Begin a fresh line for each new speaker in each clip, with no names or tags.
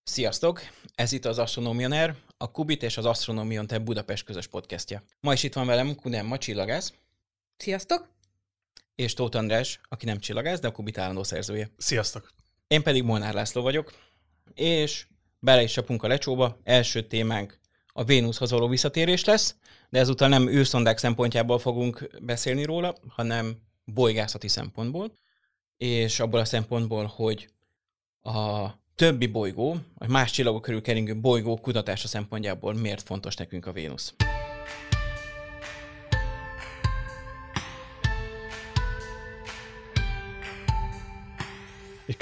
Sziasztok! Ez itt az Astronomion Air, a Kubit és az Astronomion Te Budapest közös podcastja. Ma is itt van velem Kudem Ma csillagász.
Sziasztok!
És Tóth András, aki nem csillagász, de a Kubit állandó szerzője.
Sziasztok!
Én pedig Molnár László vagyok, és bele is csapunk a lecsóba. Első témánk a Vénuszhoz való visszatérés lesz, de ezúttal nem űrszondák szempontjából fogunk beszélni róla, hanem bolygászati szempontból, és abból a szempontból, hogy a többi bolygó, a más csillagok körül keringő bolygó kutatása szempontjából miért fontos nekünk a Vénusz.
Egy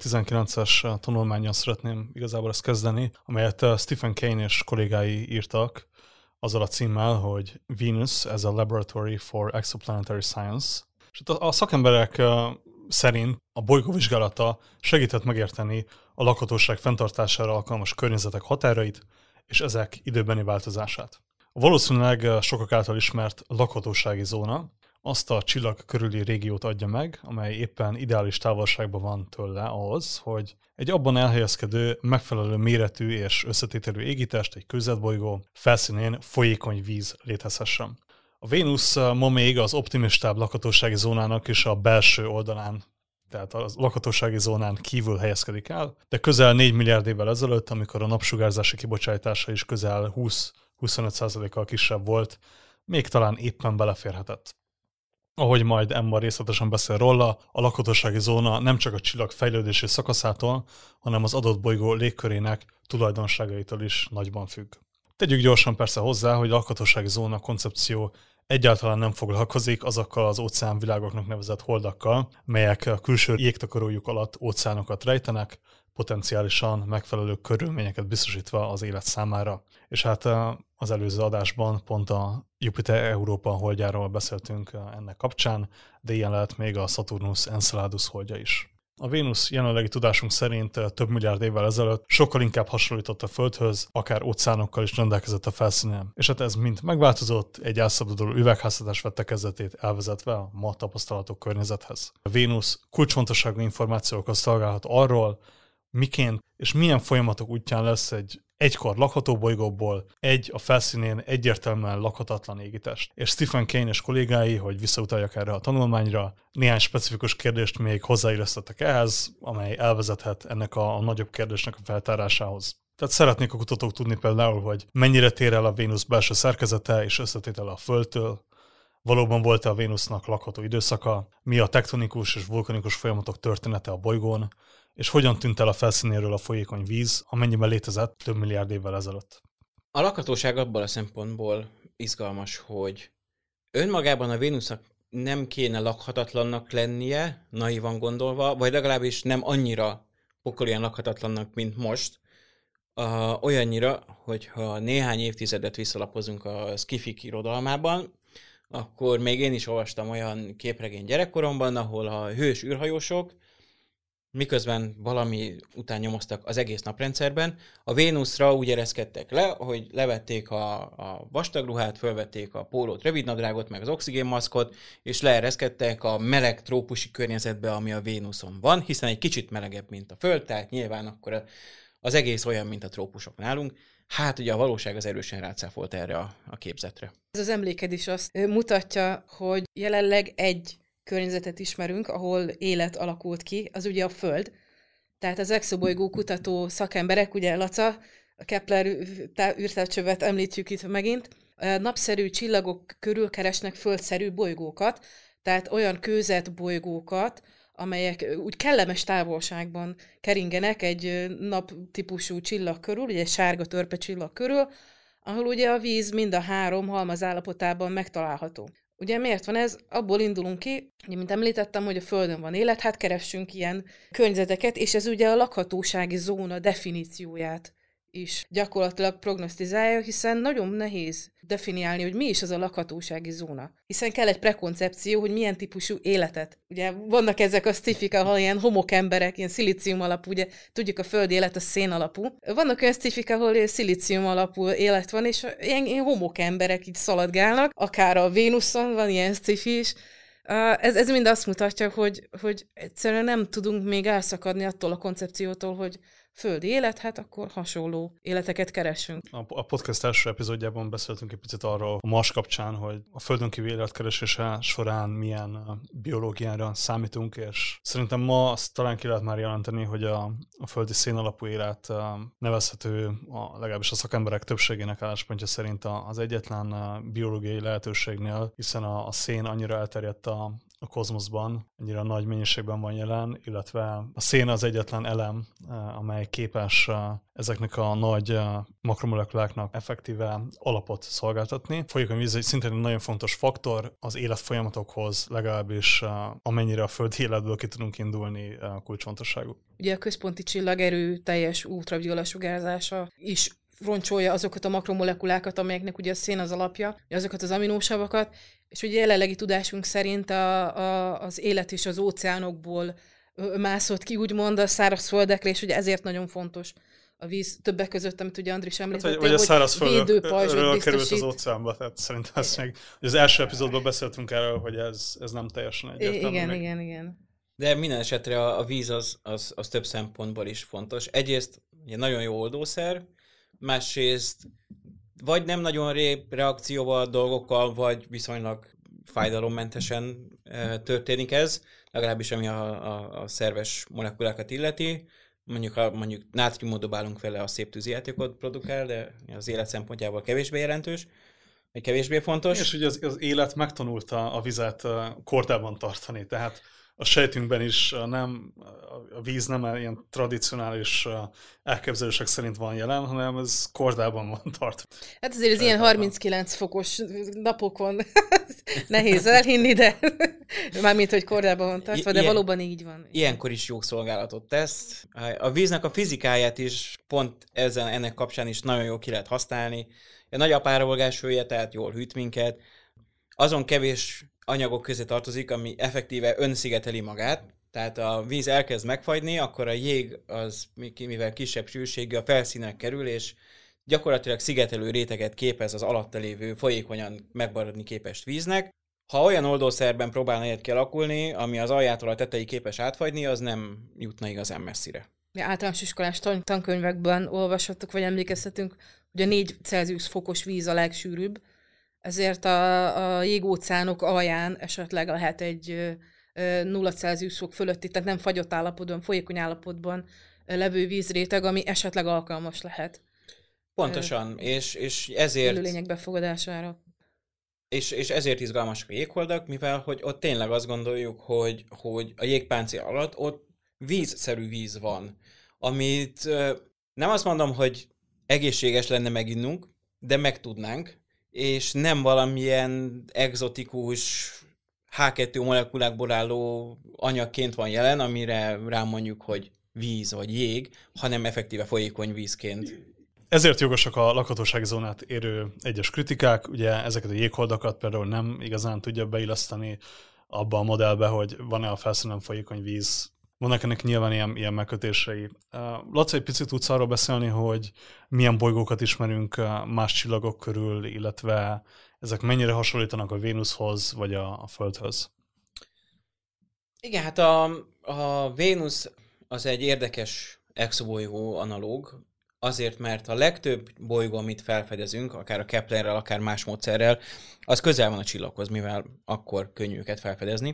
2019-es tanulmánnyal szeretném igazából ezt kezdeni, amelyet Stephen Kane és kollégái írtak, azzal a címmel, hogy Venus as a Laboratory for Exoplanetary Science. És a szakemberek szerint a bolygó vizsgálata segített megérteni a lakhatóság fenntartására alkalmas környezetek határait és ezek időbeni változását. A valószínűleg sokak által ismert lakhatósági zóna azt a csillag körüli régiót adja meg, amely éppen ideális távolságban van tőle ahhoz, hogy egy abban elhelyezkedő, megfelelő méretű és összetételű égitest, egy kőzetbolygó felszínén folyékony víz létezhessen. A Vénusz ma még az optimistább lakhatósági zónának is a belső oldalán, tehát a lakhatósági zónán kívül helyezkedik el, de közel 4 milliárd évvel ezelőtt, amikor a napsugárzási kibocsátása is közel 20-25%-kal kisebb volt, még talán éppen beleférhetett. Ahogy majd Emma részletesen beszél róla, a lakhatósági zóna nem csak a csillag fejlődési szakaszától, hanem az adott bolygó légkörének tulajdonságaitól is nagyban függ. Tegyük gyorsan persze hozzá, hogy a lakhatósági zóna koncepció egyáltalán nem foglalkozik azokkal az óceánvilágoknak nevezett holdakkal, melyek a külső jégtakarójuk alatt óceánokat rejtenek, potenciálisan megfelelő körülményeket biztosítva az élet számára. És hát az előző adásban pont a Jupiter-Európa holdjáról beszéltünk ennek kapcsán, de ilyen lehet még a Saturnus-Enceladus holdja is. A Vénusz jelenlegi tudásunk szerint több milliárd évvel ezelőtt sokkal inkább hasonlított a Földhöz, akár óceánokkal is rendelkezett a felszínen. És hát ez mind megváltozott, egy elszabaduló üvegházhatás vette kezdetét elvezetve a ma tapasztalatok környezethez. A Vénusz kulcsfontosságú információkat szolgálhat arról, miként és milyen folyamatok útján lesz egy egykor lakható bolygóból a felszínén egyértelműen lakhatatlan égitest. És Stephen Kane és kollégái, hogy visszautaljak erre a tanulmányra, néhány specifikus kérdést még hozzáillesztettek ehhez, amely elvezethet ennek a nagyobb kérdésnek a feltárásához. Tehát szeretnék a kutatók tudni például, hogy mennyire tér el a Vénusz belső szerkezete és összetétele a Földtől, valóban volt-e a Vénusznak lakható időszaka, mi a tektonikus és vulkanikus folyamatok története a bolygón, és hogyan tűnt el a felszínéről a folyékony víz, amennyiben létezett több milliárd évvel ezelőtt.
A lakhatóság abból a szempontból izgalmas, hogy önmagában a Vénusznak nem kéne lakhatatlannak lennie, naivan gondolva, vagy legalábbis nem annyira pokolian lakhatatlannak, mint most. Olyannyira, hogyha néhány évtizedet visszalapozunk a sci-fi irodalmában, akkor még én is olvastam olyan képregény gyerekkoromban, ahol a hős űrhajósok miközben valami után nyomoztak az egész naprendszerben, a Vénuszra úgy ereszkedtek le, hogy levették a vastagruhát, fölvették a pólót, rövidnadrágot, meg az oxigénmaszkot, és leereszkedtek a meleg trópusi környezetbe, ami a Vénuszon van, hiszen egy kicsit melegebb, mint a Föld, tehát nyilván akkor az egész olyan, mint a trópusok nálunk. Hát ugye a valóság az erősen rácáfolt erre a képzetre.
Ez az emléked is azt mutatja, hogy jelenleg egy környezetet ismerünk, ahol élet alakult ki, az ugye a Föld. Tehát az exobolygó kutató szakemberek, ugye Laca, a Kepler űrtávcsövet említjük itt megint, napszerű csillagok körül keresnek földszerű bolygókat, tehát olyan kőzetbolygókat, amelyek úgy kellemes távolságban keringenek egy naptípusú csillag körül, ugye egy sárga törpe csillag körül, ahol ugye a víz mind a három halmaz állapotában megtalálható. Ugye miért van ez? Abból indulunk ki, mint említettem, hogy a Földön van élet, hát keressünk ilyen környezeteket, és ez ugye a lakhatósági zóna definícióját is gyakorlatilag prognosztizálja, hiszen nagyon nehéz definiálni, hogy mi is az a lakhatósági zóna. Hiszen kell egy prekoncepció, hogy milyen típusú életet. Ugye vannak ezek a sci-fik, ahol ilyen homokemberek, ilyen szilícium alapú, ugye tudjuk a Föld élet a szén alapú. Vannak olyan sci-fik, ahol szilícium alapú élet van, és ilyen homokemberek így szaladgálnak, akár a Vénuszon van ilyen sci-fi is. Ez mind azt mutatja, hogy egyszerűen nem tudunk még elszakadni attól a koncepciótól, földi élet, hát akkor hasonló életeket keresünk.
A podcast első epizódjában beszéltünk egy picit arról a Mars kapcsán, hogy a Földön kívül életkeresése során milyen biológiára számítunk, és szerintem ma azt talán ki lehet már jelenteni, hogy a földi szén alapú élet nevezhető legalábbis a szakemberek többségének álláspontja szerint az egyetlen biológiai lehetőségnél, hiszen a szén annyira elterjedt a kozmoszban, annyira nagy mennyiségben van jelen, illetve a szén az egyetlen elem, amely képes ezeknek a nagy makromolekuláknak effektíve alapot szolgáltatni. Folyékony víz egy szintén egy nagyon fontos faktor az életfolyamatokhoz, legalábbis amennyire a földi életből ki tudunk indulni, kulcsfontosságú.
Ugye a központi csillagerő teljes ultraviola sugárzása is roncsolja azokat a makromolekulákat, amelyeknek ugye a szén az alapja, azokat az aminósavakat, és ugye jelenlegi tudásunk szerint az élet is az óceánokból mászott ki, úgymond a szárazföldekre, és ugye ezért nagyon fontos a víz többek között, amit ugye Andris említettél,
hogy a szárazföldről került az óceánba, tehát szerintem ezt még, hogy az első epizódban beszéltünk erről, hogy ez nem teljesen egyértelmű.
Igen.
De minden esetre a víz az több szempontból is fontos. Egyrészt ugye nagyon jó oldószer, másrészt vagy nem nagyon reakcióval dolgokkal, vagy viszonylag fájdalommentesen történik ez, legalábbis ami a szerves molekulákat illeti. Mondjuk nátriumot dobálunk vele, a szép tűzijátékot produkál, de az élet szempontjából kevésbé jelentős, vagy kevésbé fontos.
És ugye az élet megtanulta a vizet kordában tartani, tehát a sejtünkben is a víz nem ilyen tradicionális elképzelések szerint van jelen, hanem ez kordában van tartva.
Hát azért az ilyen 39 fokos napokon nehéz elhinni, de mármint, hogy kordában van tartva, de valóban így van.
Ilyenkor is jó szolgálatot tesz. A víznek a fizikáját is pont ennek kapcsán is nagyon jól ki lehet használni. A nagy apárolgásője, tehát jól hűt minket. Azon kevés anyagok közé tartozik, ami effektíve önszigeteli magát, tehát a víz elkezd megfagyni, akkor a jég az, mivel kisebb sűrűségű, a felszínen kerül, és gyakorlatilag szigetelő réteget képez az alatta lévő folyékonyan megmaradni képes víznek. Ha olyan oldószerben próbálna ilyet kialakulni, ami az aljától a tetejéig képes átfagyni, az nem jutna igazán messzire.
Mi általános iskolás tankönyvekben olvashattuk, vagy emlékeztetünk, hogy a 4 Celsius fokos víz a legsűrűbb, ezért a jégóceánok alján esetleg lehet egy 0 Celsius fok fölötti, tehát nem fagyott állapotban, folyékony állapotban levő vízréteg, ami esetleg alkalmas lehet.
Pontosan, és ezért...
élőlények befogadására.
És ezért izgalmasak a jégholdak, mivel hogy ott tényleg azt gondoljuk, hogy a jégpáncél alatt ott vízszerű víz van, amit nem azt mondom, hogy egészséges lenne meginnunk, de meg tudnánk, és nem valamilyen egzotikus H2 molekulákból álló anyagként van jelen, amire rámondjuk, hogy víz vagy jég, hanem effektíve folyékony vízként.
Ezért jogosak a lakhatósági zónát érő egyes kritikák, ugye ezeket a jégholdakat például nem igazán tudja beilleszteni abba a modellbe, hogy van-e a felszínen folyékony víz. Vannak ennek nyilván ilyen megkötései. Laci, egy picit tudsz arról beszélni, hogy milyen bolygókat ismerünk más csillagok körül, illetve ezek mennyire hasonlítanak a Vénuszhoz, vagy a Földhöz?
Igen, hát a Vénusz az egy érdekes exobolygó analóg, azért, mert a legtöbb bolygó, amit felfedezünk, akár a Keplerrel, akár más módszerrel, az közel van a csillaghoz, mivel akkor könnyű őket felfedezni.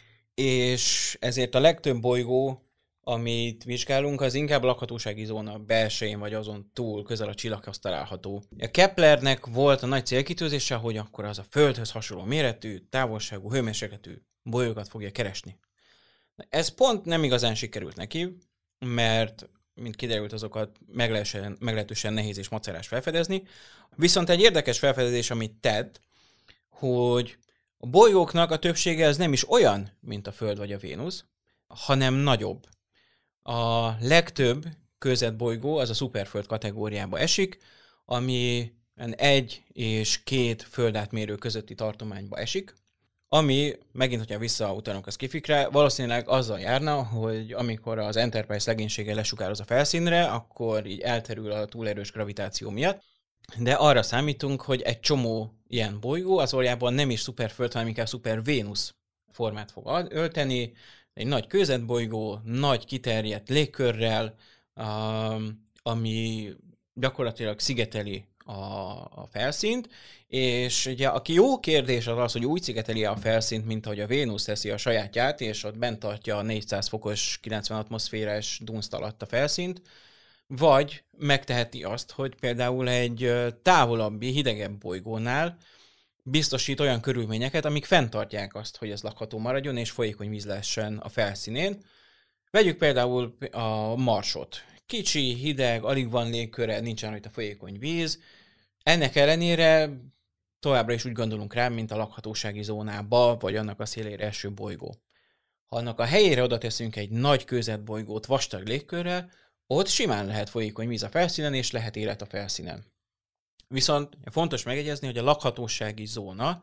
És ezért a legtöbb bolygó, amit vizsgálunk, az inkább a lakhatósági zóna belsején vagy azon túl közel a csillaghoz található. A Keplernek volt a nagy célkitűzése, hogy akkor az a Földhöz hasonló méretű, távolságú, hőmérsékletű bolygókat fogja keresni. Ez pont nem igazán sikerült neki, mert mint kiderült, azokat meglehetősen nehéz és macerás felfedezni. Viszont egy érdekes felfedezés, amit tett, hogy a bolygóknak a többsége az nem is olyan, mint a Föld vagy a Vénusz, hanem nagyobb. A legtöbb kőzetbolygó az a szuperföld kategóriába esik, ami 1 és 2 földátmérő közötti tartományba esik, ami, megint, hogyha visszautalunk a sci-fikre, valószínűleg azzal járna, hogy amikor az Enterprise legénysége lesugároz a felszínre, akkor így elterül a túlerős gravitáció miatt. De arra számítunk, hogy egy csomó ilyen bolygó az valójában nem is szuperföld, hanem inkább szuper-Vénusz formát fog ölteni. Egy nagy kőzetbolygó, nagy kiterjedt légkörrel, ami gyakorlatilag szigeteli a felszínt, és ugye aki jó kérdés az, hogy úgy szigeteli a felszínt, mint ahogy a Vénusz teszi a sajátját, és ott bent tartja a 400 fokos, 90 atmoszférás dunszt alatt a felszínt, vagy megteheti azt, hogy például egy távolabbi, hidegebb bolygónál biztosít olyan körülményeket, amik fenntartják azt, hogy ez lakható maradjon, és folyékony víz lehessen a felszínén. Vegyük például a Marsot. Kicsi, hideg, alig van légköre, nincsen rajta folyékony víz. Ennek ellenére továbbra is úgy gondolunk rá, mint a lakhatósági zónába, vagy annak a szélére eső bolygó. Ha annak a helyére oda teszünk egy nagy kőzetbolygót vastag légkörrel, ott simán lehet folyékony víz a felszínen, és lehet élet a felszínen. Viszont fontos megjegyezni, hogy a lakhatósági zóna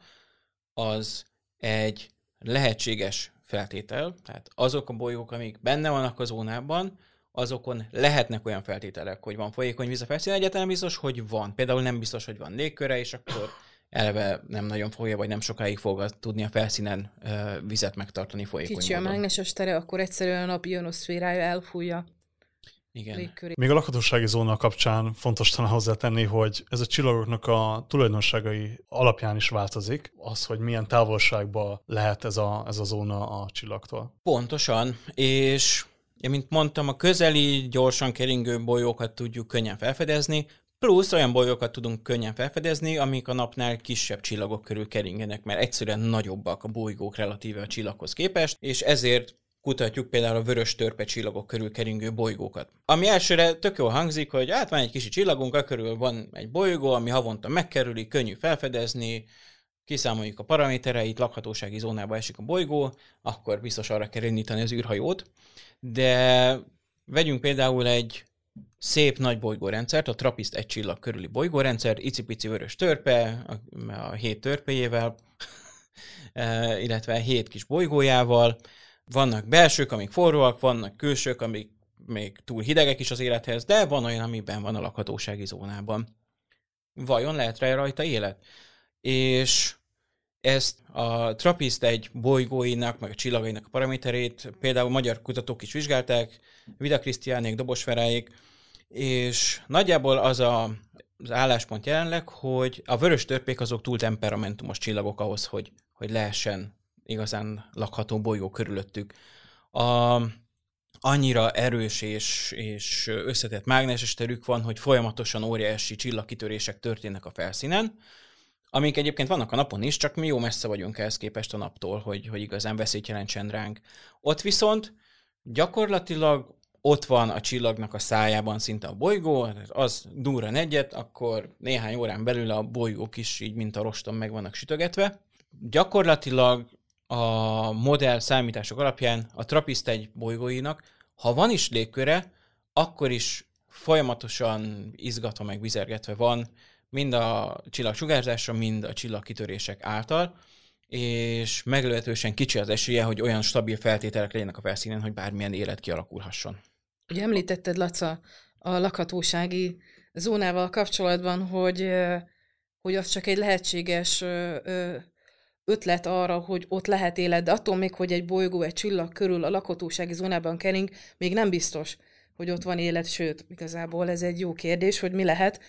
az egy lehetséges feltétel, tehát azok a bolygók, amik benne vannak a zónában, azokon lehetnek olyan feltételek, hogy van folyékony víz a felszínen, egyáltalán biztos, hogy van. Például nem biztos, hogy van légköre, és akkor eleve nem nagyon fogja, vagy nem sokáig fogja tudni a felszínen vizet megtartani folyékony
Kicsi
módon.
a mágneses tere, akkor egyszerűen a nap ionoszférája elfújja.
Igen.
Még a lakhatósági zóna kapcsán fontos talán hozzátenni, hogy ez a csillagoknak a tulajdonságai alapján is változik, az, hogy milyen távolságban lehet ez a zóna a csillagtól.
Pontosan, és mint mondtam, a közeli, gyorsan keringő bolygókat tudjuk könnyen felfedezni, plusz olyan bolygókat tudunk könnyen felfedezni, amik a napnál kisebb csillagok körül keringenek, mert egyszerűen nagyobbak a bolygók relatíve a csillaghoz képest, és ezért kutatjuk például a vörös törpe csillagok körül keringő bolygókat. Ami elsőre tök jól hangzik, hogy van egy kicsi csillagunk, körül van egy bolygó, ami havonta megkerüli, könnyű felfedezni, kiszámoljuk a paramétereit, lakhatósági zónába esik a bolygó, akkor biztos arra kell indítani az űrhajót. De vegyünk például egy szép nagy bolygórendszert, a TRAPPIST egy csillag körüli bolygórendszer, icipici vörös törpe, a 7 törpéjével, illetve 7 kis bolygójával. Vannak belsők, amik forróak, vannak külsők, amik még túl hidegek is az élethez, de van olyan, amiben van a lakhatósági zónában. Vajon lehet rajta élet? És ezt a TRAPPIST egy bolygóinak, meg a csillagainak a paraméterét például magyar kutatók is vizsgálták, Vida Krisztiánék, Dobos Feráék, és nagyjából az álláspont jelenleg, hogy a vörös törpék azok túl temperamentumos csillagok ahhoz, hogy lehessen igazán lakható bolygó körülöttük. Annyira erős és összetett mágneses terük van, hogy folyamatosan óriási csillagkitörések történnek a felszínen, amik egyébként vannak a napon is, csak mi jó messze vagyunk ehhez képest a naptól, hogy igazán veszélyt jelentsen ránk. Ott viszont gyakorlatilag ott van a csillagnak a szájában szinte a bolygó, az durran egyet, akkor néhány órán belül a bolygók is így, mint a roston meg vannak sütögetve. Gyakorlatilag a modell számítások alapján a TRAPPIST egy bolygóinak, ha van is légköre, akkor is folyamatosan izgatva meg vizergetve van, mind a csillagsugárzásra, mind a csillagkitörések által, és meglehetősen kicsi az esélye, hogy olyan stabil feltételek legyenek a felszínen, hogy bármilyen élet kialakulhasson.
Ugye említetted, Laca, a lakhatósági zónával kapcsolatban, hogy az csak egy lehetséges ötlet arra, hogy ott lehet élet, de attól még, hogy egy bolygó, egy csillag körül a lakhatósági zónában kering, még nem biztos, hogy ott van élet, sőt, igazából ez egy jó kérdés, hogy mi lehet.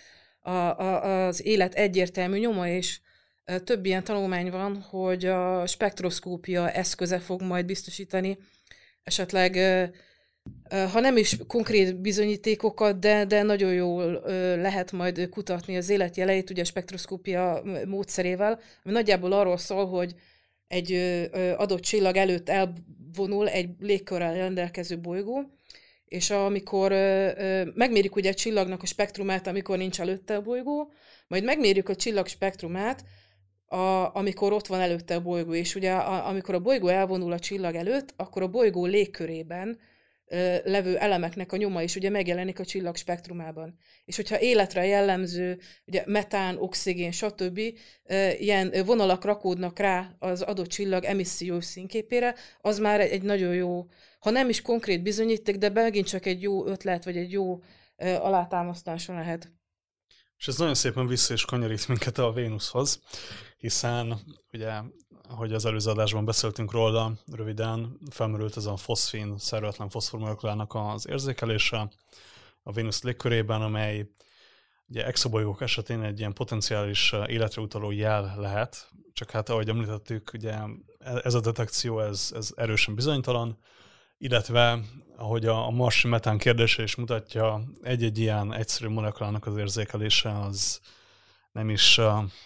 Az élet egyértelmű nyoma, és több ilyen tanulmány van, hogy a spektroszkópia eszköze fog majd biztosítani esetleg, ha nem is konkrét bizonyítékokat, de nagyon jól lehet majd kutatni az életjeleit, ugye a spektroszkópia módszerével, ami nagyjából arról szól, hogy egy adott csillag előtt elvonul egy légkörrel rendelkező bolygó, és amikor megmérjük ugye a csillagnak a spektrumát, amikor nincs előtte a bolygó, majd megmérjük a csillag spektrumát, amikor ott van előtte a bolygó, és ugye amikor a bolygó elvonul a csillag előtt, akkor a bolygó légkörében levő elemeknek a nyoma is ugye megjelenik a csillag spektrumában. És hogyha életre jellemző, ugye metán, oxigén, stb. Ilyen vonalak rakódnak rá az adott csillag emissziós színképére, az már egy nagyon jó, ha nem is konkrét bizonyíték, de megint csak egy jó ötlet, vagy egy jó alátámasztása lehet.
És ez nagyon szépen vissza is kanyarít minket a Vénuszhoz, hiszen ugye, ahogy az előző adásban beszéltünk róla, röviden felmerült ez a foszfin, szervetlen foszformolekulának az érzékelése, a Vénusz légkörében, amely ugye exobolygók esetén egy ilyen potenciális életre utaló jel lehet, csak hát ahogy említettük, ugye ez a detekció, ez erősen bizonytalan, illetve ahogy a marsi metán kérdése is mutatja, egy-egy ilyen egyszerű molekulának az érzékelése az nem is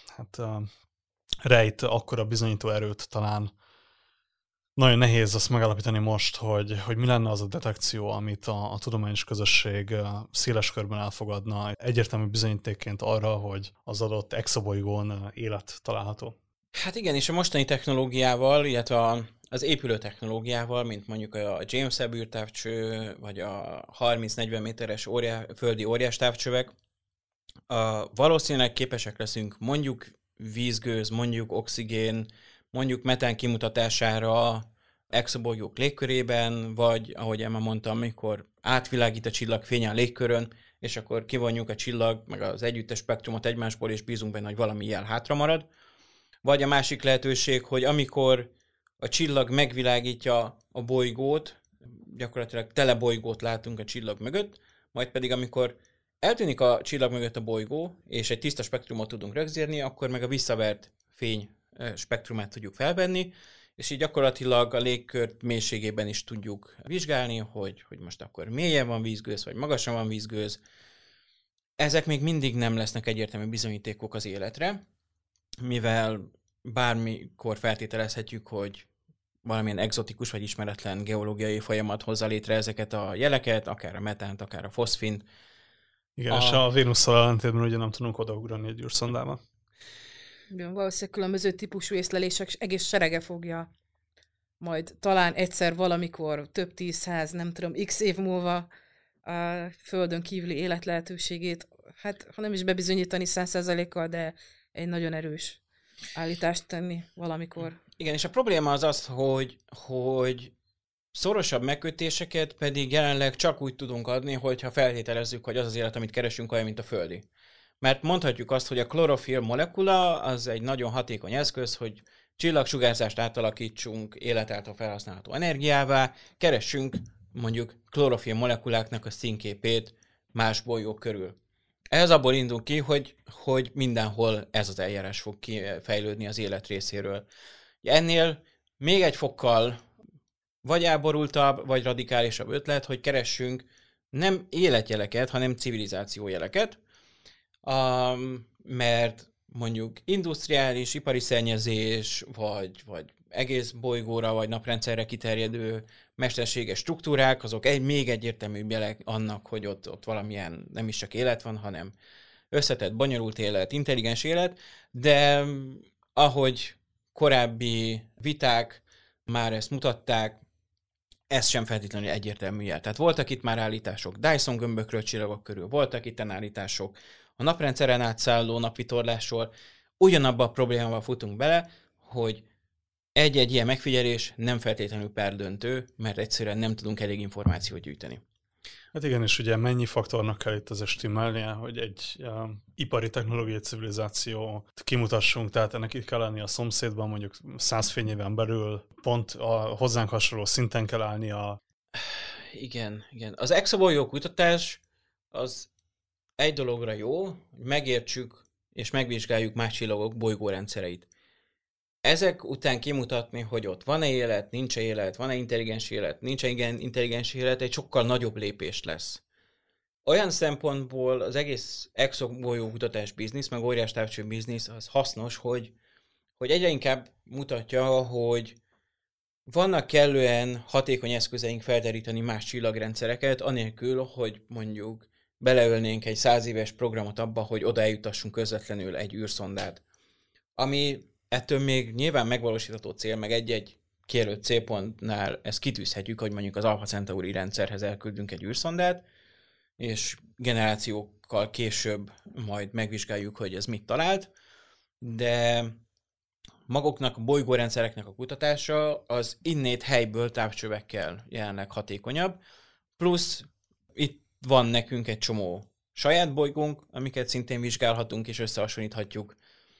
rejt akkora bizonyító erőt talán. Nagyon nehéz azt megállapítani most, hogy mi lenne az a detekció, amit a tudományos közösség széles körben elfogadna egyértelmű bizonyítékként arra, hogy az adott exobolygón élet található.
Hát igen, és a mostani technológiával, illetve az épülő technológiával, mint mondjuk a James Webb űrtávcső, vagy a 30-40 méteres földi óriás távcsövek, valószínűleg képesek leszünk mondjuk vízgőz, mondjuk oxigén, mondjuk metán kimutatására exobolygók légkörében, vagy ahogy Emma mondta, amikor átvilágít a csillag fénye a légkörön, és akkor kivonjuk a csillag, meg az együttes spektrumot egymásból, és bízunk benne, hogy valami jel hátra marad. Vagy a másik lehetőség, hogy amikor a csillag megvilágítja a bolygót, gyakorlatilag tele bolygót látunk a csillag mögött, majd pedig amikor eltűnik a csillag mögött a bolygó, és egy tiszta spektrumot tudunk rögzíteni, akkor meg a visszavert fény spektrumát tudjuk felvenni, és így gyakorlatilag a légkör mélységében is tudjuk vizsgálni, hogy most akkor mélyen van vízgőz, vagy magasan van vízgőz. Ezek még mindig nem lesznek egyértelmű bizonyítékok az életre, mivel bármikor feltételezhetjük, hogy valamilyen egzotikus vagy ismeretlen geológiai folyamat hozza létre ezeket a jeleket, akár a metánt, akár a foszfint.
Igen, és a Vénusszal ellentétben ugye nem tudunk odaugrani egy űrszondába.
Igen, valószínűleg különböző típusú észlelések egész serege fogja majd talán egyszer valamikor több 10-100, nem tudom, x év múlva a Földön kívüli élet lehetőségét, hát ha nem is bebizonyítani 100%-kal, de egy nagyon erős állítást tenni valamikor.
Igen, és a probléma az, hogy szorosabb megkötéseket pedig jelenleg csak úgy tudunk adni, hogyha feltételezzük, hogy az az élet, amit keresünk, olyan, mint a földi. Mert mondhatjuk azt, hogy a klorofil molekula az egy nagyon hatékony eszköz, hogy csillagsugárzást átalakítsunk élet által felhasználható energiává, keressünk mondjuk klorofil molekuláknak a színképét más bolygók körül. Ez abból indul ki, hogy mindenhol ez az eljárás fog kifejlődni az élet részéről. Ennél még egy fokkal vagy elborultabb, vagy radikálisabb ötlet, hogy keressünk nem életjeleket, hanem civilizációjeleket, mert mondjuk industriális, ipari szennyezés, vagy egész bolygóra, vagy naprendszerre kiterjedő mesterséges struktúrák, azok még egyértelműbb jelek annak, hogy ott valamilyen nem is csak élet van, hanem összetett, bonyolult élet, intelligens élet, de ahogy korábbi viták már ezt mutatták, ez sem feltétlenül egyértelmű jel. Tehát voltak itt már állítások Dyson gömbökről, csillagok körül, voltak itt állítások a naprendszeren átszálló napvitorlásról. Ugyanabba a problémával futunk bele, hogy egy-egy ilyen megfigyelés nem feltétlenül perdöntő, mert egyszerűen nem tudunk elég információt gyűjteni.
Hát igen, és ugye mennyi faktornak kell itt az stimmelnie, hogy egy ipari technológiai civilizációt kimutassunk, tehát ennek itt kell lenni a szomszédban, mondjuk 100 fényéven belül, pont a hozzánk hasonló szinten kell állnia.
Igen. Az exobolygó kutatás az egy dologra jó, hogy megértsük és megvizsgáljuk más csillagok bolygórendszereit. Ezek után kimutatni, hogy ott van-e élet, nincs-e élet, van-e intelligens élet, nincs-e intelligens élet, egy sokkal nagyobb lépés lesz. Olyan szempontból az egész exobolygó kutatás biznisz, meg óriás távcső biznisz az hasznos, hogy egyre inkább mutatja, hogy vannak kellően hatékony eszközeink felderíteni más csillagrendszereket, anélkül, hogy mondjuk beleölnénk egy 100 éves programot abba, hogy oda eljutassunk közvetlenül egy űrszondát. Ami ettől még nyilván megvalósítható cél, meg egy-egy kijelölt célpontnál ezt kitűzhetjük, hogy mondjuk az Alpha Centauri rendszerhez elküldünk egy űrszondát, és generációkkal később majd megvizsgáljuk, hogy ez mit talált, de maguknak a bolygórendszereknek a kutatása az innét helyből távcsövekkel jelenleg hatékonyabb, plusz itt van nekünk egy csomó saját bolygónk, amiket szintén vizsgálhatunk és összehasonlíthatjuk.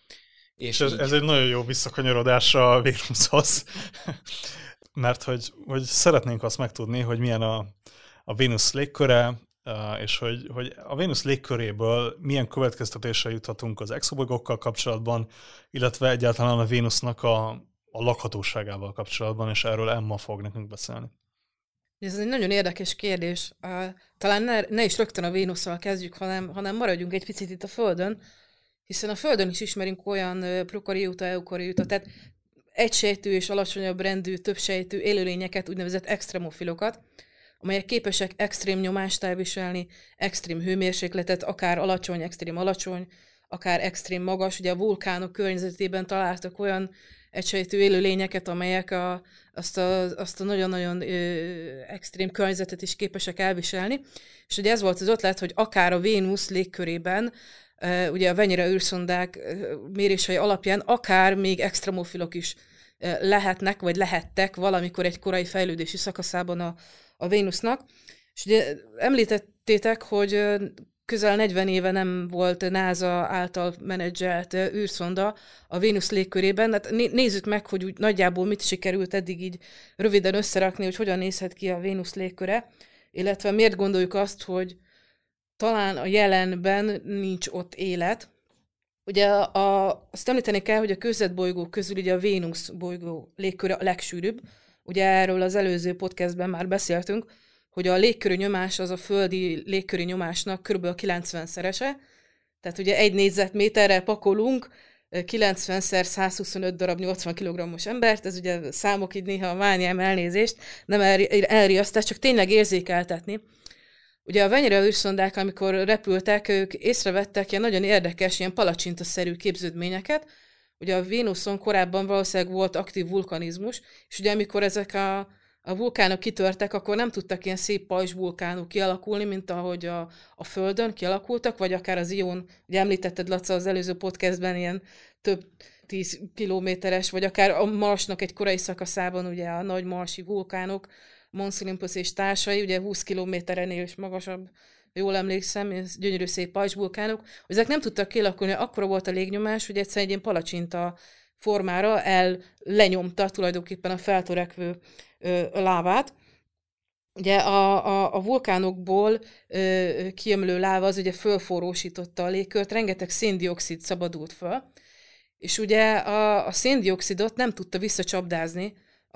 És ez egy nagyon jó visszakanyarodás a Vénuszhoz, mert hogy szeretnénk azt megtudni, hogy milyen a Vénusz légköre, és hogy a Vénusz légköréből milyen következtetésre juthatunk az exobolygókkal kapcsolatban, illetve egyáltalán a Vénusznak a lakhatóságával kapcsolatban, és erről Emma fog nekünk beszélni.
Ez egy nagyon érdekes kérdés. Talán ne is rögtön a Vénusszal kezdjük, hanem maradjunk egy picit itt a Földön, hiszen a Földön is ismerünk olyan prokarióta, eukarióta, tehát egysejtű és alacsonyabb rendű, többsejtű élőlényeket, úgynevezett extremofilokat, amelyek képesek extrém nyomást elviselni, extrém hőmérsékletet, akár alacsony, extrém alacsony, akár extrém magas. Ugye a vulkánok környezetében találtak olyan egysejtű élőlényeket, amelyek azt a nagyon-nagyon extrém környezetet is képesek elviselni. És ugye ez volt az ötlet, hogy akár a Vénusz légkörében, ugye a Venera űrszondák mérései alapján akár még extremofilok is lehetnek, vagy lehettek valamikor egy korai fejlődési szakaszában a Vénusznak. És ugye említettétek, hogy közel 40 éve nem volt NASA által menedzselt űrszonda a Vénusz légkörében. Hát nézzük meg, hogy úgy nagyjából mit sikerült eddig így röviden összerakni, hogy hogyan nézhet ki a Vénusz légköre, illetve miért gondoljuk azt, hogy talán a jelenben nincs ott élet. Ugye azt említeni kell, hogy a kőzetbolygók közül ugye a Vénusz bolygó légköre a legsűrűbb. Ugye erről az előző podcastben már beszéltünk, hogy a légköri nyomás az a földi légköri nyomásnak kb. 90-szerese. Tehát ugye 1 négyzetméterre pakolunk 90x125 darab 80 kg-os embert, ez ugye számok így néha mányám elnézést, nem elriasztás, csak tényleg érzékeltetni. Ugye a Venera űrszondák, amikor repültek, ők észrevettek ilyen nagyon érdekes, ilyen palacsintaszerű képződményeket. Ugye a Vénuszon korábban valószínűleg volt aktív vulkanizmus, és ugye amikor ezek a vulkánok kitörtek, akkor nem tudtak ilyen szép pajzsvulkánok kialakulni, mint ahogy a Földön kialakultak, vagy akár az Ion, ugye említetted, Laca, az előző podcastben ilyen több 10 kilométeres, vagy akár a Marsnak egy korai szakaszában ugye a nagy marsi vulkánok, Mons Olympus és társai, ugye 20 kilométerenél is magasabb, jól emlékszem, ez gyönyörű szép pajzsvulkánok, hogy ezek nem tudtak kialakulni, akkora volt a légnyomás, hogy egyszerűen egy ilyen palacsinta formára lenyomta tulajdonképpen a feltörekvő lávát. Ugye a vulkánokból kiömlő láva az ugye fölforrósította a légkört, rengeteg széndioxid szabadult föl, és ugye a széndioxidot nem tudta visszacsapdázni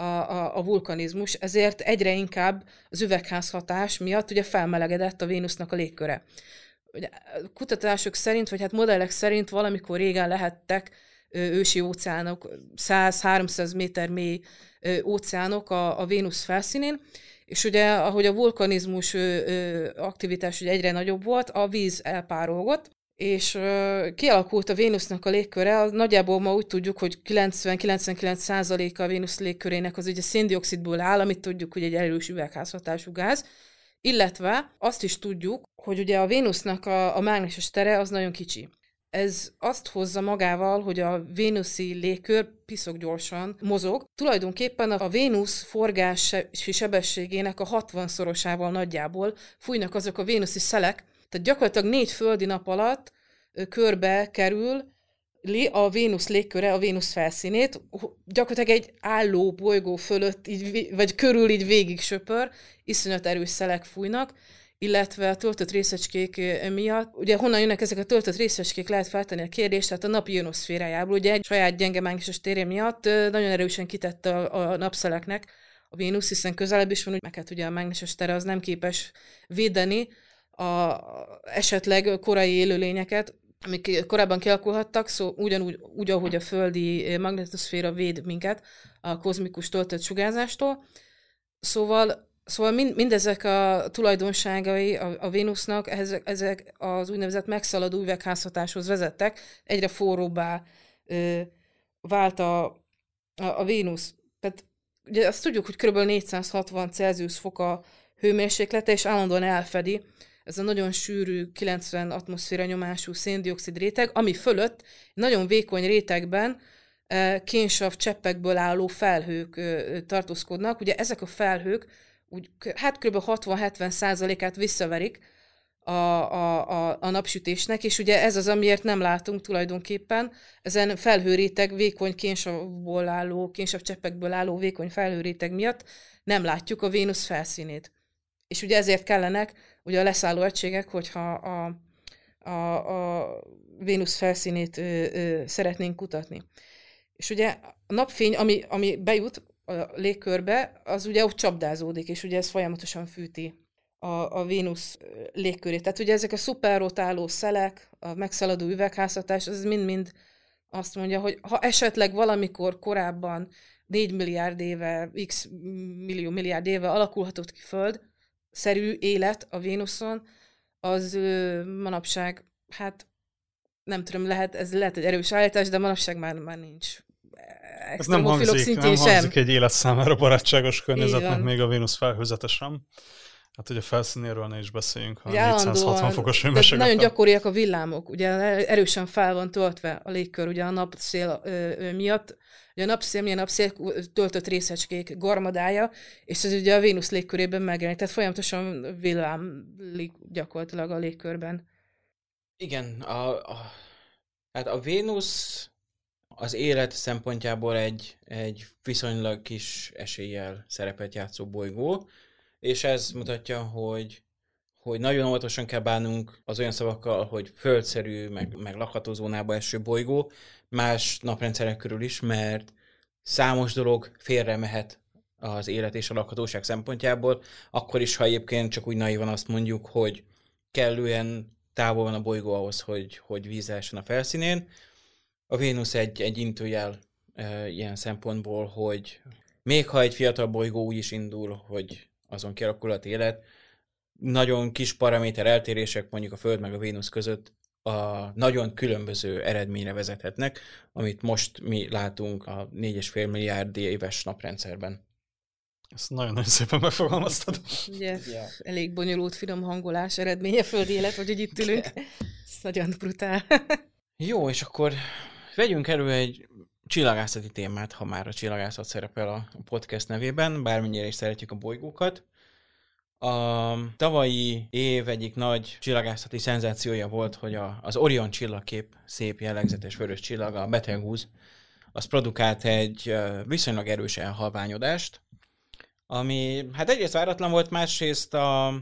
a vulkanizmus, ezért egyre inkább az üvegházhatás miatt ugye felmelegedett a Vénusznak a légköre. Ugye, kutatások szerint, vagy hát modellek szerint valamikor régen lehettek ősi óceánok, 100-300 méter mély óceánok a Vénusz felszínén, és ugye ahogy a vulkanizmus aktivitás ugye egyre nagyobb volt, a víz elpárolgott, és kialakult a Vénusznak a légköre, nagyjából ma úgy tudjuk, hogy 90-99%-a a Vénusz légkörének az ugye széndioxidból áll, amit tudjuk, hogy egy erős üvegházhatású gáz, illetve azt is tudjuk, hogy ugye a Vénusznak a mágneses tere az nagyon kicsi. Ez azt hozza magával, hogy a vénuszi légkör piszok gyorsan mozog. Tulajdonképpen a Vénusz forgási sebességének a 60-szorosával nagyjából fújnak azok a vénuszi szelek, tehát gyakorlatilag 4 földi nap alatt körbe kerül a Vénusz légköre a Vénusz felszínét, gyakorlatilag egy álló bolygó fölött, vagy körül így végig söpör, iszonyat erős szelek fújnak, illetve a töltött részecskék miatt, ugye honnan jönnek ezek a töltött részecskék, lehet feltenni a kérdést, tehát a nap ionoszférájából, ugye egy saját gyenge mágneses térje miatt nagyon erősen kitett a napszeleknek a Vénusz, hiszen közelebb is van, meg hát ugye a mágneses tere az nem képes védeni esetleg korai élőlényeket, amik korábban kialakulhattak, szóval ugyanúgy, ahogy a földi magnetoszféra véd minket a kozmikus töltött sugárzástól. Szóval mindezek a tulajdonságai a Vénusznak, ezek az úgynevezett megszaladó üvegházhatáshoz vezettek, egyre forróbbá vált a Vénusz. Tehát ugye azt tudjuk, hogy kb. 460 Celsius fok a hőmérséklete, és állandóan elfedi ez a nagyon sűrű 90 atmoszféra nyomású széndioxid réteg, ami fölött nagyon vékony rétegben kénsav cseppekből álló felhők tartózkodnak. Ugye ezek a felhők hát kb. 60-70%-át visszaverik a napsütésnek, és ugye ez az, amiért nem látunk tulajdonképpen. Ezen felhőréteg vékony kénsav cseppekből álló vékony felhőréteg miatt nem látjuk a Vénusz felszínét. És ugye ezért kellenek ugye a leszálló egységek, hogyha a Vénusz felszínét szeretnénk kutatni. És ugye a napfény, ami bejut a légkörbe, az ugye ott csapdázódik, és ugye ez folyamatosan fűti a Vénusz légkörét. Tehát ugye ezek a szuperrotáló szelek, a megszaladó üvegházhatás, az mind-mind azt mondja, hogy ha esetleg valamikor korábban 4 milliárd éve, x milliárd éve alakulhatott ki Föld-szerű élet a Vénuszon, az manapság, hát nem tudom, ez lehet egy erős állítás, de manapság már nincs.
Ez nem hangzik egy élet számára barátságos környezetnek még a Vénusz felhőzete sem. Hát ugye a felszínéről ne is beszéljünk, ha 460 fokos hőmérséklet.
Nagyon gyakoriak a villámok, ugye erősen fel van töltve a légkör, ugye a napszél miatt. Ugye a napszél, milyen napszél töltött részecskék garmadája, és ez ugye a Vénusz légkörében megjelenik, tehát folyamatosan villámlik gyakorlatilag a légkörben.
Igen, hát a Vénusz az élet szempontjából egy viszonylag kis eséllyel szerepet játszó bolygó, és ez mutatja, hogy nagyon óvatosan kell bánnunk az olyan szavakkal, hogy földszerű, meg lakható zónába eső bolygó, más naprendszerek körül is, mert számos dolog félre mehet az élet és a lakhatóság szempontjából, akkor is, ha egyébként csak úgy naivan azt mondjuk, hogy kellően távol van a bolygó ahhoz, hogy víz lehessen a felszínén. A Vénusz egy intőjel ilyen szempontból, hogy még ha egy fiatal bolygó úgy is indul, hogy azon kialakulhat élet, nagyon kis paraméter eltérések mondjuk a Föld meg a Vénusz között a nagyon különböző eredményre vezethetnek, amit most mi látunk a 4,5 milliárd éves naprendszerben.
Ezt nagyon-nagyon szépen megfogalmaztad.
Ugye, elég bonyolult, finom hangolás eredménye földi élet, hogy itt ülünk. Ez nagyon brutál.
Jó, és akkor vegyünk elő egy csillagászati témát, ha már a csillagászat szerepel a podcast nevében, bármennyire is szeretjük a bolygókat. A tavalyi év egyik nagy csillagászati szenzációja volt, hogy az Orion csillagkép szép jellegzetes vörös csillag, a Betelgeuse, az produkált egy viszonylag erős elhalványodást, ami hát egyrészt váratlan volt, másrészt a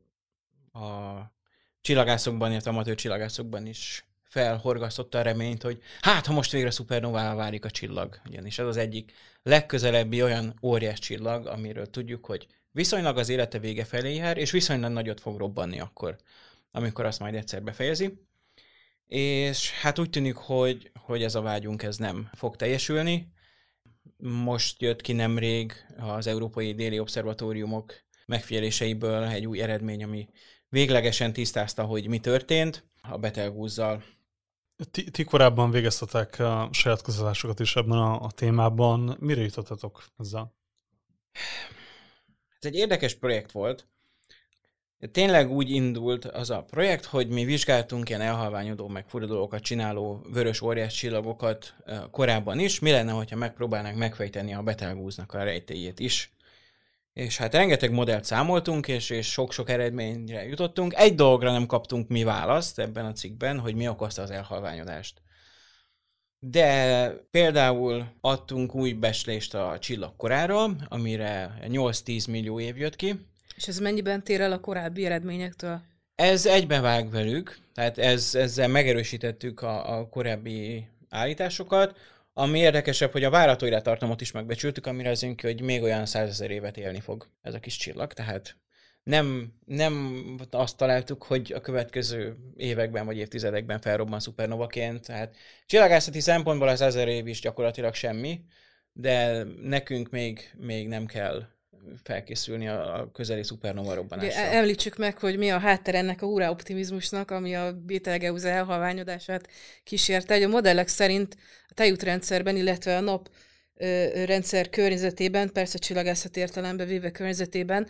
csillagászokban, illetve amatőr csillagászokban is felhorgasztotta a reményt, hogy hát, ha most végre szupernovává válik a csillag. Ugyanis ez az egyik legközelebbi olyan óriás csillag, amiről tudjuk, hogy viszonylag az élete vége felé jár, és viszonylag nagyot fog robbanni akkor, amikor azt majd egyszer befejezi. És hát úgy tűnik, hogy ez a vágyunk ez nem fog teljesülni. Most jött ki nemrég az Európai Déli Obszervatóriumok megfigyeléseiből egy új eredmény, ami véglegesen tisztázta, hogy mi történt a Betelgeuse-zal.
Ti korábban végeztetek a saját kutatásokat is ebben a témában. Mire jutottatok ezzel?
Ez egy érdekes projekt volt. Tényleg úgy indult az a projekt, hogy mi vizsgáltunk ilyen elhalványodó, meg fura dolgokat csináló vörös óriás csillagokat korábban is. Mi lenne, hogyha megpróbálnánk megfejteni a Betelgeuse-nak a rejtélyét is. És hát rengeteg modellt számoltunk, és sok-sok eredményre jutottunk. Egy dologra nem kaptunk mi választ ebben a cikkben, hogy mi okozta az elhalványodást. De például adtunk új becslést a csillag korára, amire 8-10 millió év jött ki.
És ez mennyiben tér el a korábbi eredményektől?
Ez egybevág velük, tehát ezzel megerősítettük a korábbi állításokat. Ami érdekesebb, hogy a várható élettartamot is megbecsültük, amire az jön ki, hogy még olyan 100 000 évet élni fog ez a kis csillag. Tehát nem azt találtuk, hogy a következő években vagy évtizedekben felrobban szupernovaként. Tehát csillagászati szempontból az 1000 év is gyakorlatilag semmi, de nekünk még nem kell felkészülni a közeli szupernova robbanásra.
Említsük meg, hogy mi a háttere ennek a hurrá optimizmusnak, ami a Betelgeuse elhalványodását kísérte. A modellek szerint a tejútrendszerben, illetve a naprendszer környezetében, persze csillagászati értelembe véve környezetében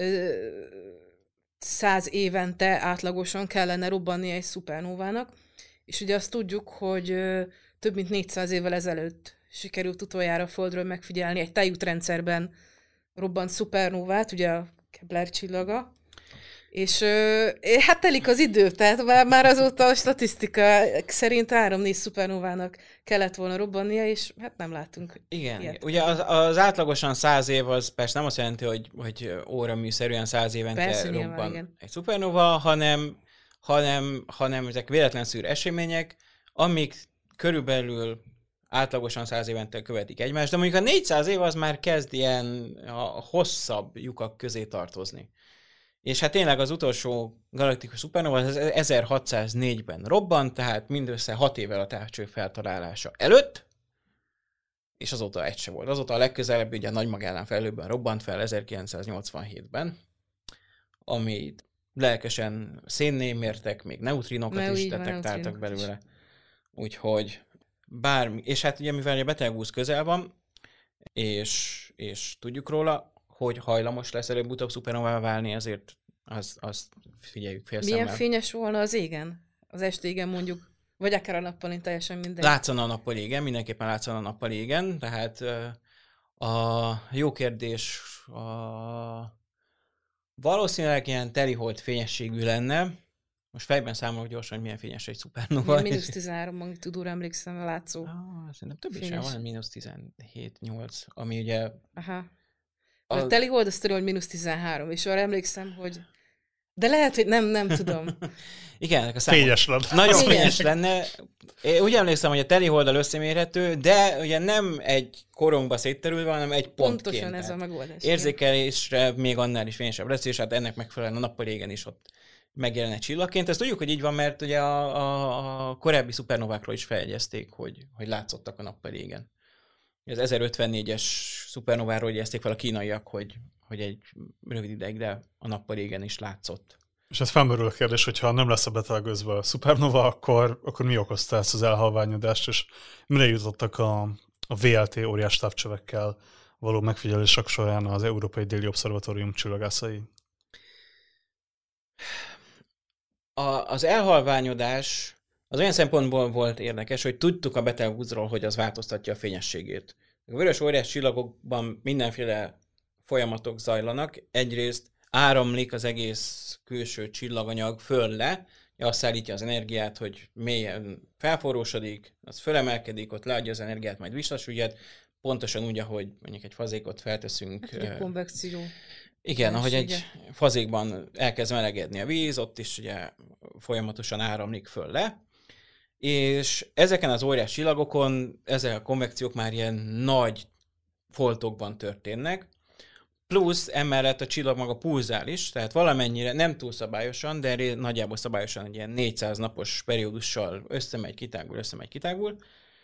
100 évente átlagosan kellene robbanni egy szupernovának, és ugye azt tudjuk, hogy több mint 400 évvel ezelőtt sikerült utoljára a Földről megfigyelni egy tejútrendszerben robbant szupernovát, ugye a Kepler csillaga. És hát telik az idő, tehát már azóta a statisztika szerint 3-4 szupernovának kellett volna robbannia, és hát nem látunk
Igen,
ilyet.
ugye az átlagosan 100 év az persze nem azt jelenti, hogy óraműszerűen 100 évente
Persze, nyilván,
robban
igen.
egy szupernova, hanem ezek véletlenszerű események, amik körülbelül átlagosan 100 évente követik egymást, de mondjuk a 400 év az már kezd ilyen a hosszabb lyukak közé tartozni. És hát tényleg az utolsó galaktikus szupernova az 1604-ben robbant, tehát mindössze 6 évvel a távcső feltalálása előtt, és azóta egy se volt. Azóta a legközelebb ugye a Nagy Magellán Fejlőben robbant fel 1987-ben, amit lelkesen szénné mértek, még neutrinokat is detektáltak belőle. Úgyhogy bármi, és hát ugye mivel a Betelgeuse közel van, és tudjuk róla, hogy hajlamos lesz előbb-utóbb szupernovává válni, ezért azt figyeljük félszemmel.
Milyen fényes volna az égen? Az estégen mondjuk, vagy akár a nappalin, teljesen mindegy.
Látszana a nappal égen, mindenképpen látszana a nappal égen, tehát a jó kérdés, valószínűleg ilyen telihold fényességű lenne. Most fejben számolok gyorsan, hogy milyen fényes egy szupernova.
-13 magnitúdóra emlékszem a látszó.
Szerintem több is van, -17-8, ami ugye...
Aha. A telihold azt tudom, hogy -13, és arra emlékszem, hogy... De lehet, hogy nem tudom.
Igen, a
fényes lenne.
Nagyon fényes lenne. Én úgy emlékszem, hogy a teliholddal összemérhető, de ugye nem egy korongba szétterülve, hanem egy pontként.
Pontosan ez a megoldás.
Érzékelésre még annál is fényesebb lesz, és hát ennek megfelelően a nappal égen is ott megjelen egy csillagként. Ezt tudjuk, hogy így van, mert ugye a korábbi szupernovákról is feljegyezték, hogy látszottak a nappal égen. Az 1054-es szupernováról jegyezték fel a kínaiak, hogy egy rövid ideigre a nappal égen is látszott.
És hát felmerül a kérdés, hogyha nem lesz a Betelgeuse a szupernova, akkor mi okozta ezt az elhalványodást, és mire jutottak a VLT óriás távcsövekkel való megfigyelések során az Európai Déli Obszervatórium csillagászai?
Az elhalványodás az olyan szempontból volt érdekes, hogy tudtuk a Betelgeuse-ról, hogy az változtatja a fényességét. A vörös óriás csillagokban mindenféle folyamatok zajlanak. Egyrészt áramlik az egész külső csillaganyag föl-le, azt szállítja az energiát, hogy mélyen felforrósodik, az fölemelkedik, ott leadja az energiát, majd visszasüllyed, pontosan úgy, ahogy mondjuk egy fazékot felteszünk.
Hát, a konvekció.
Igen, ahogy egy fazékban elkezd melegedni a víz, ott is ugye folyamatosan áramlik föl-le, és ezeken az óriás csillagokon ezek a konvekciók már ilyen nagy foltokban történnek, plusz emellett a csillag maga pulzál is, tehát valamennyire nem túl szabályosan, de nagyjából szabályosan egy ilyen 400 napos periódussal összemegy, kitágul,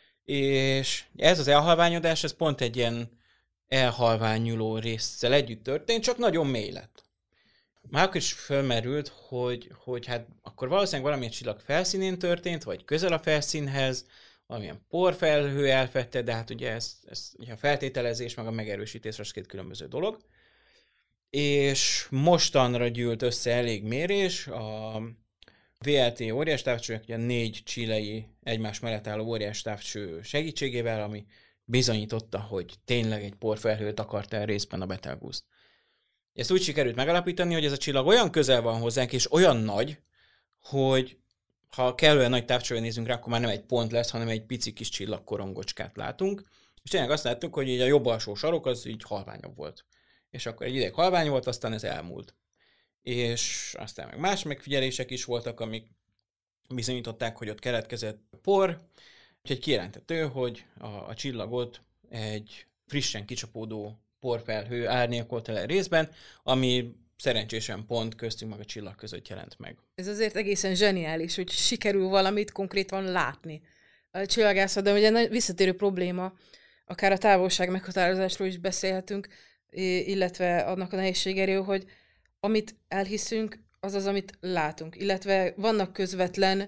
és ez az elhalványodás, ez pont egy ilyen elhalványuló résszel együtt történt, csak nagyon mély lett. Már akkor is felmerült, hogy hát akkor valószínűleg valamilyen csillag felszínén történt, vagy közel a felszínhez, valamilyen porfelhő elfette, de hát ugye ez a feltételezés, meg a megerősítés az két különböző dolog. És mostanra gyűlt össze elég mérés, a VLT óriás távcsőnek ugye 4 chilei egymás mellett álló óriás távcső segítségével, ami bizonyította, hogy tényleg egy porfelhőt akart el részben a Betelgeuse. Ezt úgy sikerült megalapítani, hogy ez a csillag olyan közel van hozzánk, és olyan nagy, hogy ha kellően nagy távcsőre nézünk rá, akkor már nem egy pont lesz, hanem egy pici kis csillagkorongocskát látunk. És tényleg azt láttuk, hogy így a jobb alsó sarok az így halványabb volt. És akkor egy ideig halvány volt, aztán ez elmúlt. És aztán meg más megfigyelések is voltak, amik bizonyították, hogy ott keletkezett por, úgyhogy kijelentető, hogy a csillagot egy frissen kicsapódó porfelhő árnyékolt el részben, ami szerencsésen pont köztünk meg a csillag között jelent meg.
Ez azért egészen zseniális, hogy sikerül valamit konkrétan látni. A csillagászatban ugye visszatérő probléma, akár a távolság meghatározásról is beszélhetünk, illetve annak a nehézségéről, hogy amit elhiszünk, az az, amit látunk. Illetve vannak közvetlen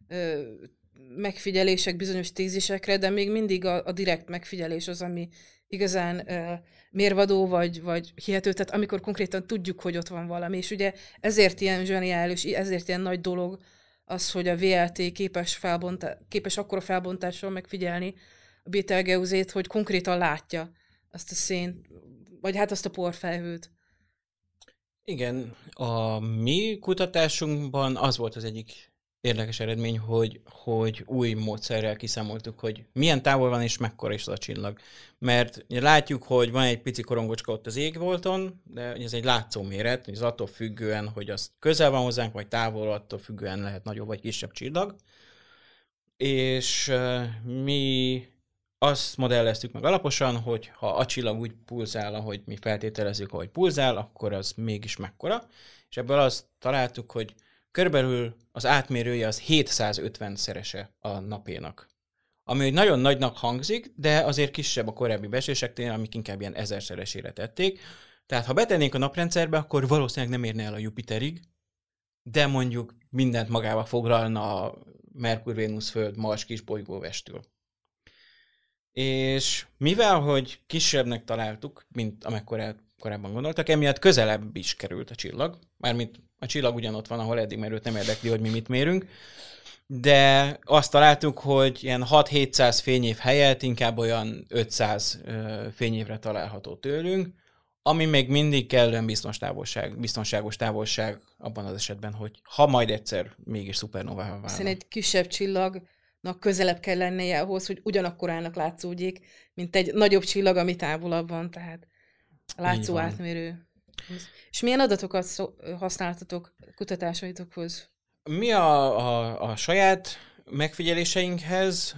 megfigyelések bizonyos tézisekre, de még mindig a direkt megfigyelés az, ami igazán mérvadó vagy hihető, tehát amikor konkrétan tudjuk, hogy ott van valami. És ugye ezért ilyen zseniális, ezért ilyen nagy dolog az, hogy a VLT képes akkora felbontással megfigyelni a Betelgeuse-ét, hogy konkrétan látja azt a szént, vagy hát azt a porfelhőt.
Igen, a mi kutatásunkban az volt az egyik érdekes eredmény, hogy új módszerrel kiszámoltuk, hogy milyen távol van és mekkora is az a csillag. Mert látjuk, hogy van egy pici korongocska ott az égbolton, de ez egy látszó méret, az attól függően, hogy az közel van hozzánk, vagy távol, attól függően lehet nagyobb vagy kisebb csillag. És mi azt modelleztük meg alaposan, hogy ha a csillag úgy pulzál, ahogy mi feltételezzük, hogy pulzál, akkor az mégis mekkora. És ebből azt találtuk, hogy körülbelül az átmérője az 750-szerese a napénak. Ami nagyon nagynak hangzik, de azért kisebb a korábbi becsléseknél, amik inkább ilyen 1000-szeresére tették. Tehát ha betennénk a naprendszerbe, akkor valószínűleg nem érne el a Jupiterig, de mondjuk mindent magába foglalna a Merkur, Vénusz, Föld, Mars kisbolygó vestül. És mivel, hogy kisebbnek találtuk, mint amekkorát korábban gondoltak, emiatt közelebb is került a csillag. Mármint a csillag ugyanott van, ahol eddig, mert őt nem érdekli, hogy mi mit mérünk. De azt találtuk, hogy ilyen 6-700 fényév helyett inkább olyan 500 fényévre található tőlünk, ami még mindig kellően biztonságos távolság abban az esetben, hogy ha majd egyszer mégis szupernovává válna.
Hiszen egy kisebb csillagnak közelebb kell lennie ahhoz, hogy ugyanakkorának látszódjék, mint egy nagyobb csillag, ami távolabb van, tehát a látszó átmérő. És milyen adatokat használtatok kutatásaitokhoz?
Mi a saját megfigyeléseinkhez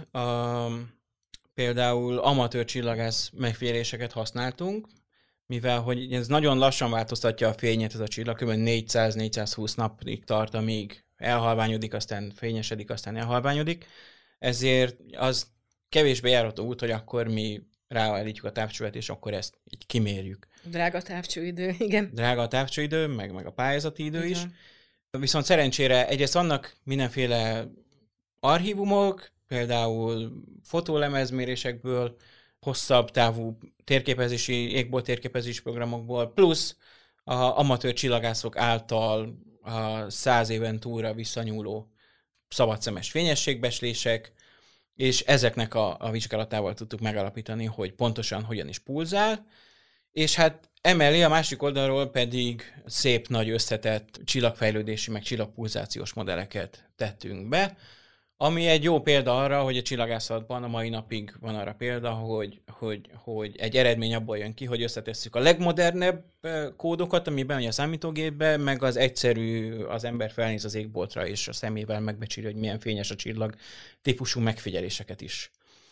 például amatőr csillagász megfigyeléseket használtunk, mivel hogy ez nagyon lassan változtatja a fényét ez a csillag, kb. 400-420 napig tart, amíg elhalványodik, aztán fényesedik, aztán elhalványodik. Ezért az kevésbé járható út, hogy akkor mi ráállítjuk a távcsövet, és akkor ezt így kimérjük.
Drága távcsőidő, igen.
Drága a távcsőidő, meg a pályázati idő is. Viszont szerencsére egyrészt vannak mindenféle archívumok, például fotólemezmérésekből, hosszabb távú égbolt térképezési programokból, plusz a amatőr csillagászok által 100 éven túlra visszanyúló szabadszemes fényességbecslések, és ezeknek a vizsgálatával tudtuk megalapítani, hogy pontosan hogyan is pulzál, és hát emellé a másik oldalról pedig szép nagy összetett csillagfejlődési, meg csillagpulzációs modelleket tettünk be, ami egy jó példa arra, hogy a csillagászatban a mai napig van arra példa, hogy egy eredmény abból jön ki, hogy összetesszük a legmodernebb kódokat, amiben a számítógépbe, meg az egyszerű, az ember felnéz az égboltra, és a szemével megbecsüli, hogy milyen fényes a csillag, típusú megfigyeléseket is.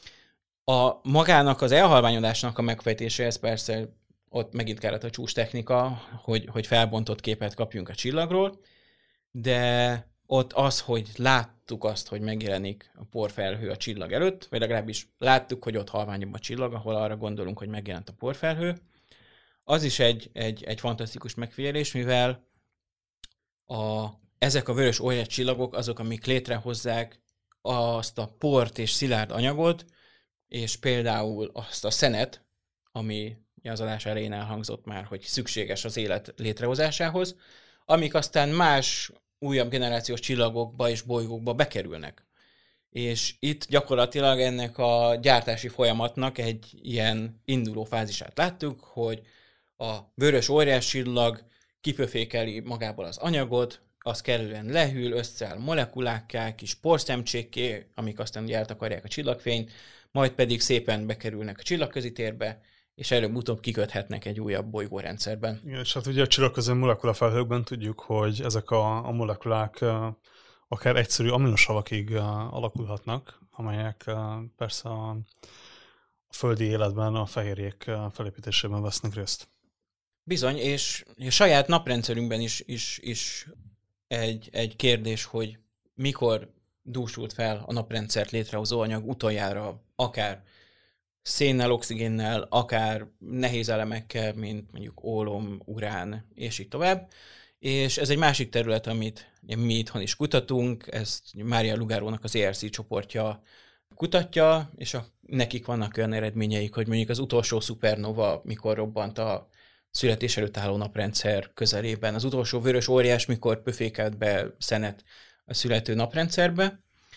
A magának az elhalványodásnak a megfejtéséhez persze ott megint kellett a csúcs technika, hogy felbontott képet kapjunk a csillagról, de ott az, hogy láttuk azt, hogy megjelenik a porfelhő a csillag előtt, vagy legalábbis láttuk, hogy ott halványabb a csillag, ahol arra gondolunk, hogy megjelent a porfelhő, az is egy fantasztikus megfigyelés, mivel ezek a vörös óriás csillagok azok, amik létrehozzák azt a port és szilárd anyagot, és például azt a szenet, ami az adás elején elhangzott már, hogy szükséges az élet létrehozásához, amik aztán más újabb generációs csillagokba és bolygókba bekerülnek. És itt gyakorlatilag ennek a gyártási folyamatnak egy ilyen induló fázisát láttuk, hogy a vörös óriás csillag kipöfékeli magából az anyagot, az kellően lehűl, összeáll molekulákká, kis porszemcsékké, amik aztán ugye eltakarják a csillagfényt, majd pedig szépen bekerülnek a csillagközi térbe, és előbb-utóbb kiköthetnek egy újabb bolygórendszerben.
Igen, és hát ugye a csillagközi molekulafelhőkben tudjuk, hogy ezek a molekulák akár egyszerű aminosavakig alakulhatnak, amelyek persze a földi életben a fehérjék felépítésében vesznek részt.
Bizony, és a saját naprendszerünkben is egy kérdés, hogy mikor dúsult fel a naprendszert létrehozó anyag utoljára, akár szénnel, oxigénnel, akár nehéz elemekkel, mint mondjuk ólom, urán, és így tovább. És ez egy másik terület, amit mi itthon is kutatunk, ezt Mária Lugárónak az ERC csoportja kutatja, és nekik vannak olyan eredményeik, hogy mondjuk az utolsó szupernova, mikor robbant a születés előtt álló naprendszer közelében, az utolsó vörös óriás, mikor pöfékelt be szenet a születő naprendszerbe,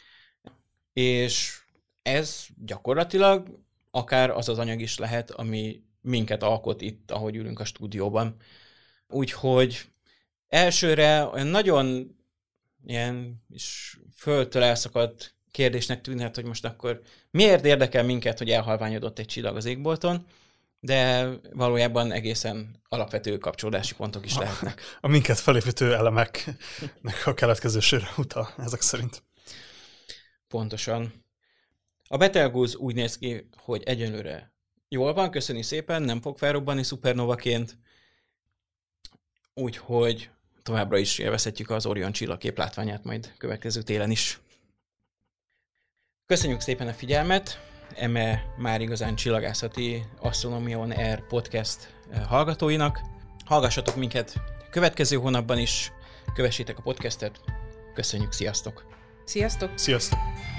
és ez gyakorlatilag akár az az anyag is lehet, ami minket alkot itt, ahogy ülünk a stúdióban. Úgyhogy Elsőre olyan nagyon ilyen is földtől elszakadt kérdésnek tűnhet, hogy most akkor miért érdekel minket, hogy elhalványodott egy csillag az égbolton, de valójában egészen alapvető kapcsolódási pontok is lehetnek.
A minket felépítő elemeknek a keletkezésére utal ezek szerint.
Pontosan. A Betelgeuse úgy néz ki, hogy egyenlőre jól van, köszöni szépen, nem fog felrobbanni szupernovaként, úgyhogy továbbra is élvezhetjük az Orion csillagkép látványát majd következő télen is. Köszönjük szépen a figyelmet, eme már igazán csillagászati Astronomy on Air podcast hallgatóinak. Hallgassatok minket a következő hónapban is, kövessétek a podcastet. Köszönjük, sziasztok!
Sziasztok!
Sziasztok!